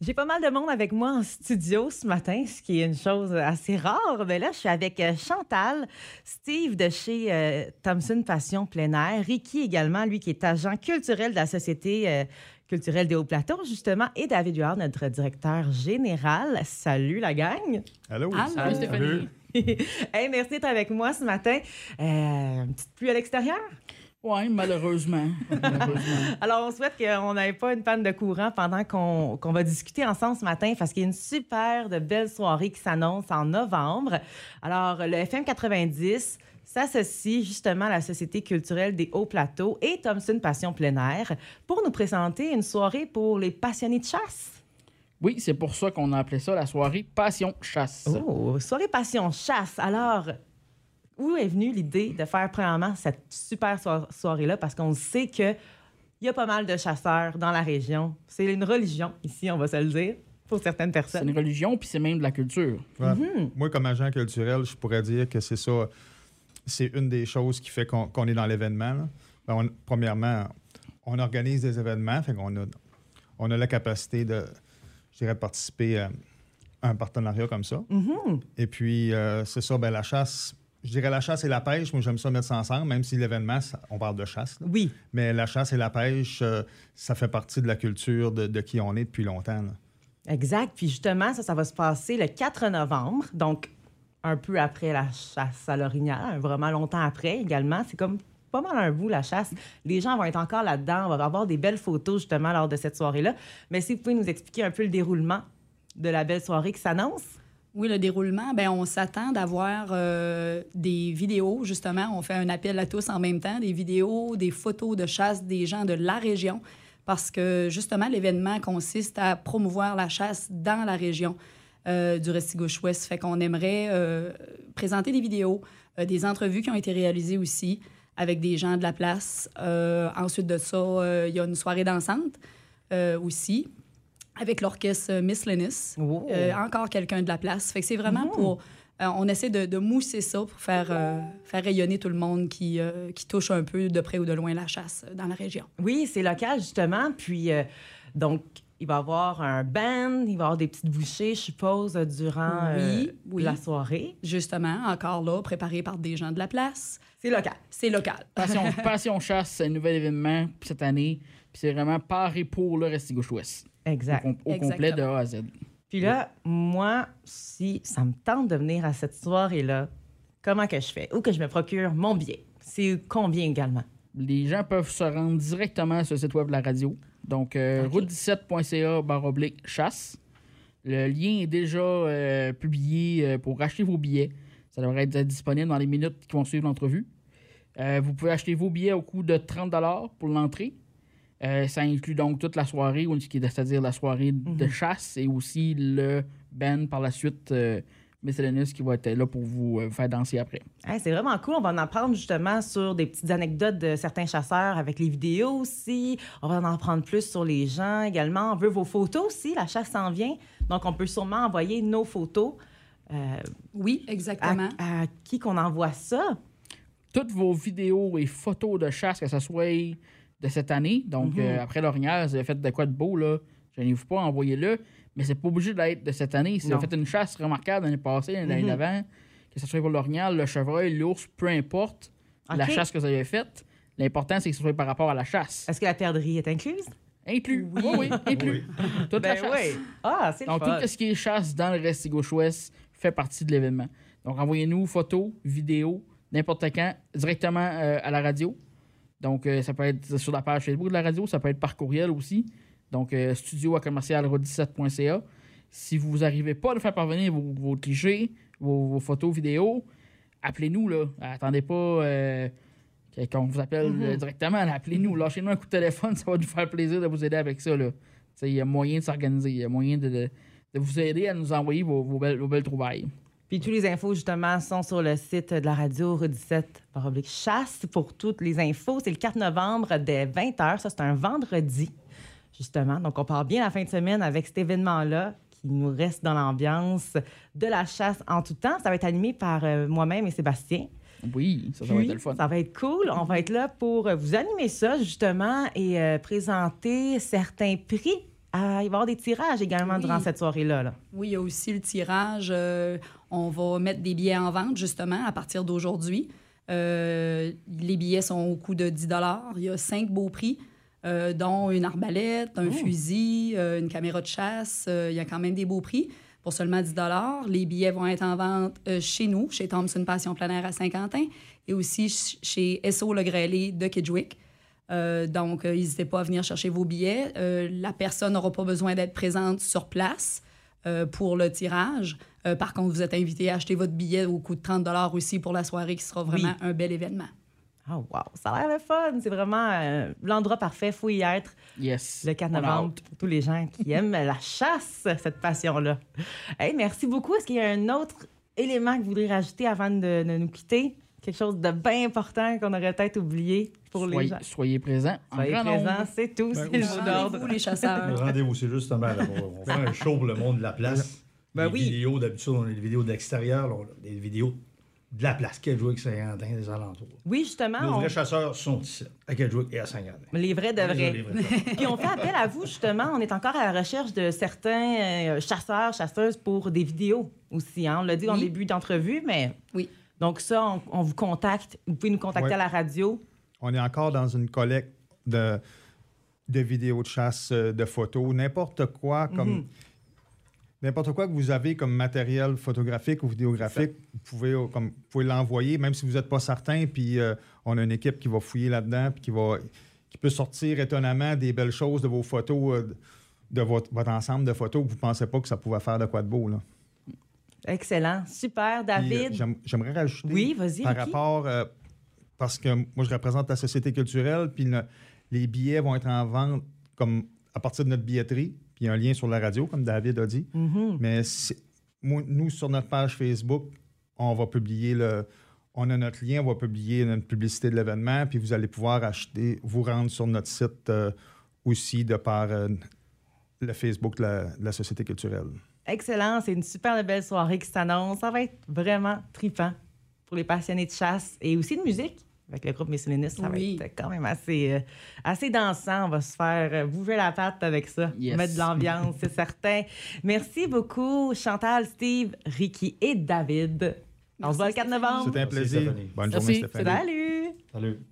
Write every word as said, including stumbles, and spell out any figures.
J'ai pas mal de monde avec moi en studio ce matin, ce qui est une chose assez rare. Mais là, je suis avec Chantal, Steve de chez euh, Thompson Passion Plein Air, Ricky également, lui qui est agent culturel de la Société euh, culturelle des Hauts-Plateaux, justement, et David Huard, notre directeur général. Salut la gang! Allô! Allô. Salut Stéphanie! Hey, merci d'être avec moi ce matin. Euh, une petite pluie à l'extérieur? Oui, malheureusement. malheureusement. Alors, on souhaite qu'on n'ait pas une panne de courant pendant qu'on, qu'on va discuter ensemble ce matin parce qu'il y a une super de belle soirée qui s'annonce en novembre. Alors, le F M quatre-vingt-dix s'associe justement à la Société culturelle des Hauts-Plateaux et Thompson Passion Plein Air pour nous présenter une soirée pour les passionnés de chasse. Oui, c'est pour ça qu'on a appelé ça la soirée Passion Chasse. Oh, soirée Passion Chasse. Alors, où est venue l'idée de faire premièrement cette super so- soirée-là? Parce qu'on sait qu'il y a pas mal de chasseurs dans la région. C'est une religion ici, on va se le dire, pour certaines C'est personnes. une religion, puis c'est même de la culture. Ouais. Mm-hmm. Moi, comme agent culturel, je pourrais dire que c'est ça. C'est une des choses qui fait qu'on, qu'on est dans l'événement. là. Ben, on- premièrement, on organise des événements, fait qu'on a, on a la capacité de, je dirais, participer à un partenariat comme ça. Mhm. Et puis, euh, c'est ça, ben, la chasse, je dirais la chasse et la pêche. Moi, j'aime ça mettre ça ensemble, même si l'événement, ça- on parle de chasse. là. Oui, Mais la chasse et la pêche, euh, ça fait partie de la culture de, de qui on est depuis longtemps. là. exact. Puis justement, ça, ça va se passer le quatre novembre, donc un peu après la chasse à l'orignal, vraiment longtemps après également. C'est comme pas mal un bout, la chasse. Les gens vont être encore là-dedans. On va avoir des belles photos justement lors de cette soirée-là. Mais si vous pouvez nous expliquer un peu le déroulement de la belle soirée qui s'annonce? Oui, le déroulement, ben on s'attend d'avoir euh, des vidéos, justement. On fait un appel à tous en même temps, des vidéos, des photos de chasse des gens de la région, parce que, justement, l'événement consiste à promouvoir la chasse dans la région euh, du Restigouche-Ouest. Fait qu'on aimerait euh, présenter des vidéos, euh, des entrevues qui ont été réalisées aussi avec des gens de la place. Euh, ensuite de ça, euh, il y a une soirée dansante euh, aussi, avec l'orchestre Miss Lennis. Oh. Euh, encore quelqu'un de la place. Fait que c'est vraiment Mhm. pour... euh, on essaie de, de mousser ça pour faire, euh, faire rayonner tout le monde qui, euh, qui touche un peu de près ou de loin la chasse euh, dans la région. Oui, c'est local, justement. Puis, euh, donc, il va y avoir un band, il va y avoir des petites bouchées, je suppose, durant euh, Oui, oui. la soirée. Justement, encore là, préparé par des gens de la place. C'est local. C'est local. Passion, Passion Chasse, c'est un nouvel événement cette année, puis c'est vraiment par et pour le Restigouche-Ouest. Au, Exact. com- au complet de A à Z. Puis là, moi, si ça me tente de venir à cette soirée-là, comment que je fais? Ou que je me procure mon billet? C'est combien également? Les gens peuvent se rendre directement sur le site web de la radio. Donc, euh, Ok. route dix-sept point c a barre oblique chasse. Le lien est déjà euh, publié euh, pour acheter vos billets. Ça devrait être disponible dans les minutes qui vont suivre l'entrevue. Euh, vous pouvez acheter vos billets au coût de trente dollars pour l'entrée. Euh, ça inclut donc toute la soirée, ou- c'est-à-dire la soirée de chasse et aussi le band par la suite, euh, Miss Lennis, qui va être là pour vous euh, faire danser après. Hey, c'est vraiment cool. On va en apprendre justement sur des petites anecdotes de certains chasseurs avec les vidéos aussi. On va en apprendre plus sur les gens également. On veut vos photos aussi. La chasse s'en vient. Donc, on peut sûrement envoyer nos photos. Euh, Oui, à, exactement. à qui qu'on envoie ça? Toutes vos vidéos et photos de chasse, que ce soit de cette année, donc euh, après l'orignal, vous avez fait de quoi de beau, là, gênez-vous pas, envoyez-le, mais c'est pas obligé d'être de cette année. Si vous Non. avez fait une chasse remarquable l'année passée, l'année d'avant, que ce soit pour l'orignal, le chevreuil, l'ours, peu importe la Ok. chasse que vous avez faite, l'important, c'est que ce soit par rapport à la chasse. Est-ce que la perdrix est incluse? Inclus. Oui, oui, inclus. Toute la Ben chasse. oui. Ah, c'est le Donc, fun. tout ce qui est chasse dans le Restigouche-Ouest fait partie de l'événement. Donc, envoyez-nous photos, vidéos, n'importe quand, directement euh, à la radio. Donc, euh, ça peut être sur la page Facebook de la radio, ça peut être par courriel aussi. Donc, euh, studio à commercial route dix-sept point c a. Si vous n'arrivez pas à nous faire parvenir vos, vos clichés, vos, vos photos, vidéos, appelez-nous, là. Attendez pas euh, qu'on vous appelle euh, directement. Là. Appelez-nous, lâchez-nous un coup de téléphone, ça va nous faire plaisir de vous aider avec ça, là. Il y a moyen de s'organiser, il y a moyen de, de, de vous aider à nous envoyer vos, vos, belles, vos belles trouvailles. Puis tous les infos, justement, sont sur le site de la radio, rue dix-sept, par oblique chasse. Pour toutes les infos, c'est le quatre novembre dès vingt heures. Ça, c'est un vendredi, justement. Donc, on part bien la fin de semaine avec cet événement-là qui nous reste dans l'ambiance de la chasse en tout temps. Ça va être animé par euh, moi-même et Sébastien. Oui, ça, ça va Puis, être le fun. Ça va être cool. On va être là pour euh, vous animer ça, justement, et euh, présenter certains prix à, il va y avoir des tirages également Oui. durant cette soirée-là. Là. Oui, il y a aussi le tirage. Euh, on va mettre des billets en vente, justement, à partir d'aujourd'hui. Euh, les billets sont au coût de dix dollars. Il y a cinq beaux prix, euh, dont une arbalète, un Oh. fusil, euh, une caméra de chasse. Euh, il y a quand même des beaux prix pour seulement dix dollars. Les billets vont être en vente euh, chez nous, chez Thompson Passion Plein Air à Saint-Quentin, et aussi ch- chez S O Le Grêlé de Kedgewick. Euh, donc, euh, n'hésitez pas à venir chercher vos billets. Euh, la personne n'aura pas besoin d'être présente sur place euh, pour le tirage. Euh, par contre, vous êtes invité à acheter votre billet au coût de trente dollars aussi pour la soirée, qui sera vraiment Oui. un bel événement. Oh, wow! Ça a l'air le fun! C'est vraiment euh, l'endroit parfait. Il faut y être Yes. le quatre On a novembre hâte. pour tous les gens qui aiment la chasse, cette passion-là. Hey, merci beaucoup. Est-ce qu'il y a un autre élément que vous voudriez rajouter avant de, de nous quitter? Quelque chose de bien important qu'on aurait peut-être oublié pour les Soyez, gens? soyez présents. en Soyez grand nombre. présents, c'est tout. Ben c'est le aussi. mot d'ordre. Rendez-vous, les chasseurs. Rendez-vous, c'est justement là. On va faire un show pour le monde de la place. Ben les oui. vidéos, d'habitude, on a des vidéos d'extérieur, là, on a des vidéos de la place, Kedgewick, Saint-Quentin, des alentours. Oui, justement. Nos on- vrais chasseurs sont ici, à Kedgewick et à Saint-Quentin. Les vrais de On les a, vrais. les vrais chasseurs. Puis on fait appel à vous, justement. On est encore à la recherche de certains euh, chasseurs, chasseuses pour des vidéos aussi. Hein? On l'a dit en Oui. début d'entrevue, mais... Oui. Donc ça, on, on vous contacte. Vous pouvez nous contacter Ouais. à la radio. On est encore dans une collecte de, de vidéos de chasse, euh, de photos, n'importe quoi comme... Mhm. N'importe quoi que vous avez comme matériel photographique ou vidéographique, vous pouvez, euh, comme, vous pouvez l'envoyer, même si vous n'êtes pas certain, puis euh, on a une équipe qui va fouiller là-dedans, puis qui, va, qui peut sortir étonnamment des belles choses de vos photos, euh, de votre, votre ensemble de photos que vous ne pensez pas que ça pouvait faire de quoi de beau. Là. Excellent. Super, Puis, euh, David. j'aime- j'aimerais rajouter Oui, vas-y, par Ricky. rapport, euh, parce que moi, je représente la société culturelle, puis le- les billets vont être en vente comme à partir de notre billetterie, puis il y a un lien sur la radio, comme David a dit. Mhm. Mais c'est- moi, nous, sur notre page Facebook, on va publier le... On a notre lien, on va publier notre publicité de l'événement, puis vous allez pouvoir acheter, vous rendre sur notre site euh, aussi de par euh, le Facebook de la, de la Société culturelle. Excellent. C'est une super belle soirée qui s'annonce. Ça va être vraiment trippant pour les passionnés de chasse et aussi de musique. Avec le groupe Miscellaneous, ça Oui. va être quand même assez, euh, assez dansant. On va se faire euh, bouger la patte avec ça. Yes. Mettre de l'ambiance, c'est certain. Merci beaucoup, Chantal, Steve, Ricky et David. On se voit le quatre novembre. C'était un Merci, plaisir. Stéphanie. Bonne Merci. journée, Stéphanie. Salut! Salut.